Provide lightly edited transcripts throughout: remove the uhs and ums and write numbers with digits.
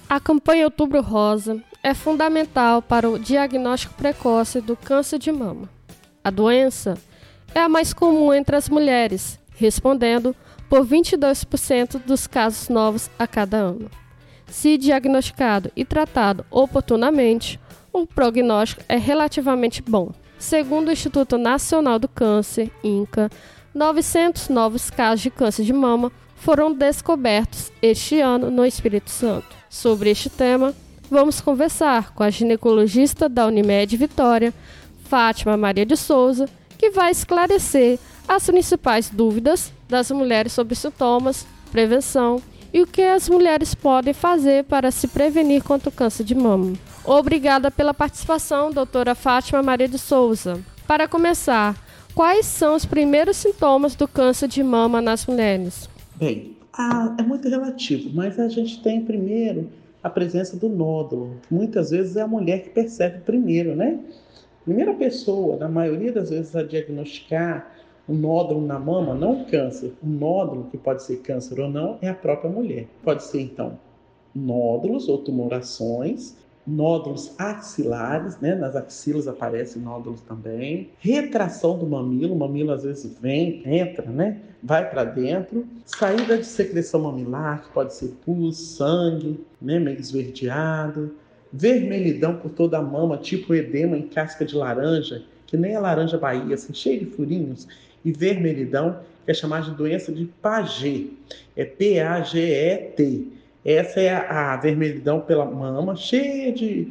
A campanha Outubro Rosa é fundamental para o diagnóstico precoce do câncer de mama. A doença é a mais comum entre as mulheres, respondendo por 22% dos casos novos a cada ano. Se diagnosticado e tratado oportunamente, o prognóstico é relativamente bom. Segundo o Instituto Nacional do Câncer, INCA, 900 novos casos de câncer de mama foram descobertos este ano no Espírito Santo. Sobre este tema, vamos conversar com a ginecologista da Unimed Vitória, Fátima Maria de Souza, que vai esclarecer as principais dúvidas das mulheres sobre sintomas, prevenção e o que as mulheres podem fazer para se prevenir contra o câncer de mama. Obrigada pela participação, doutora Fátima Maria de Souza. Para começar, quais são os primeiros sintomas do câncer de mama nas mulheres? Bem, é muito relativo, mas a gente tem primeiro a presença do nódulo. Muitas vezes é a mulher que percebe primeiro, né? Primeira pessoa, na maioria das vezes, a diagnosticar um nódulo na mama, não câncer, um nódulo que pode ser câncer ou não, é a própria mulher. Pode ser, então, nódulos ou tumorações, nódulos axilares, né? Nas axilas aparecem nódulos também. Retração do mamilo, o mamilo às vezes entra, né? Vai para dentro. Saída de secreção mamilar, que pode ser pus, sangue, né? Meio esverdeado. Vermelhidão por toda a mama, tipo edema em casca de laranja, que nem a laranja Bahia, assim, cheio de furinhos. E vermelhidão, que é chamada de doença de Paget. É P-A-G-E-T. Essa é a vermelhidão pela mama, cheia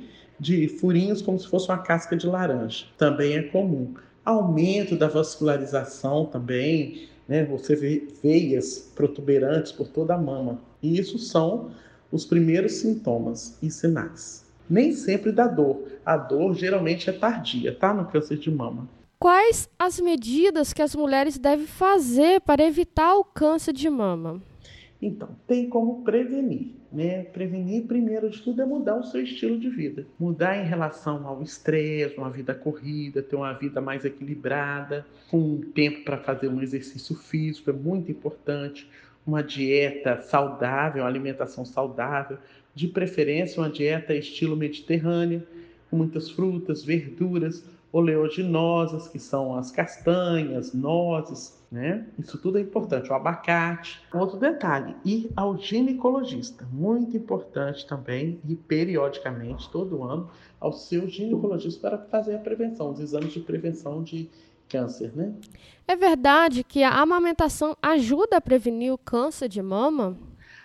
de furinhos, como se fosse uma casca de laranja. Também é comum. Aumento da vascularização também, né? Você vê veias protuberantes por toda a mama. E isso são os primeiros sintomas e sinais. Nem sempre dá dor. A dor geralmente é tardia, tá? No câncer de mama. Quais as medidas que as mulheres devem fazer para evitar o câncer de mama? Então, tem como prevenir, né? Prevenir, primeiro de tudo, é mudar o seu estilo de vida. Mudar em relação ao estresse, uma vida corrida, ter uma vida mais equilibrada, com tempo para fazer um exercício físico, é muito importante. Uma dieta saudável, uma alimentação saudável, de preferência uma dieta estilo mediterrânea, com muitas frutas, verduras, oleaginosas, que são as castanhas, nozes, né? Isso tudo é importante, o abacate. Outro detalhe, ir ao ginecologista, muito importante também, ir periodicamente, todo ano, ao seu ginecologista para fazer a prevenção, os exames de prevenção de câncer, né? É verdade que a amamentação ajuda a prevenir o câncer de mama?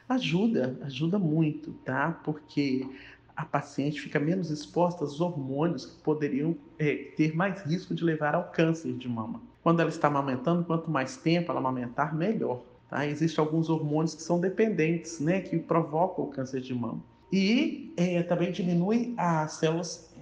Ajuda muito, tá? Porque a paciente fica menos exposta aos hormônios que poderiam ter mais risco de levar ao câncer de mama. Quando ela está amamentando, quanto mais tempo ela amamentar, melhor. Tá? Existem alguns hormônios que são dependentes, né, que provocam o câncer de mama. E também diminui as células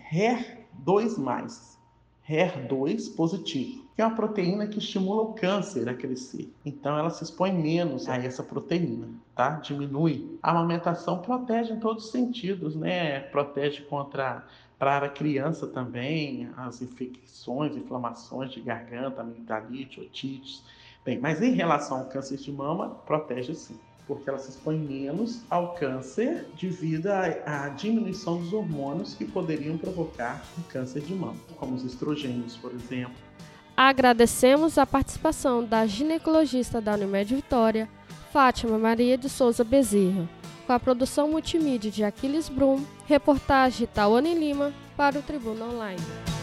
HER2+, HER2 positivo, que é uma proteína que estimula o câncer a crescer. Então ela se expõe menos a essa proteína, tá? Diminui. A amamentação protege em todos os sentidos, né? Protege para a criança também, as infecções, inflamações de garganta, amigdalite, otites. Bem, mas em relação ao câncer de mama, protege sim, porque ela se expõe menos ao câncer devido à diminuição dos hormônios que poderiam provocar o câncer de mama, como os estrogênios, por exemplo. Agradecemos a participação da ginecologista da Unimed Vitória, Fátima Maria de Souza Bezerra, com a produção multimídia de Aquiles Brum, reportagem de Tawane Lima para o Tribuna Online.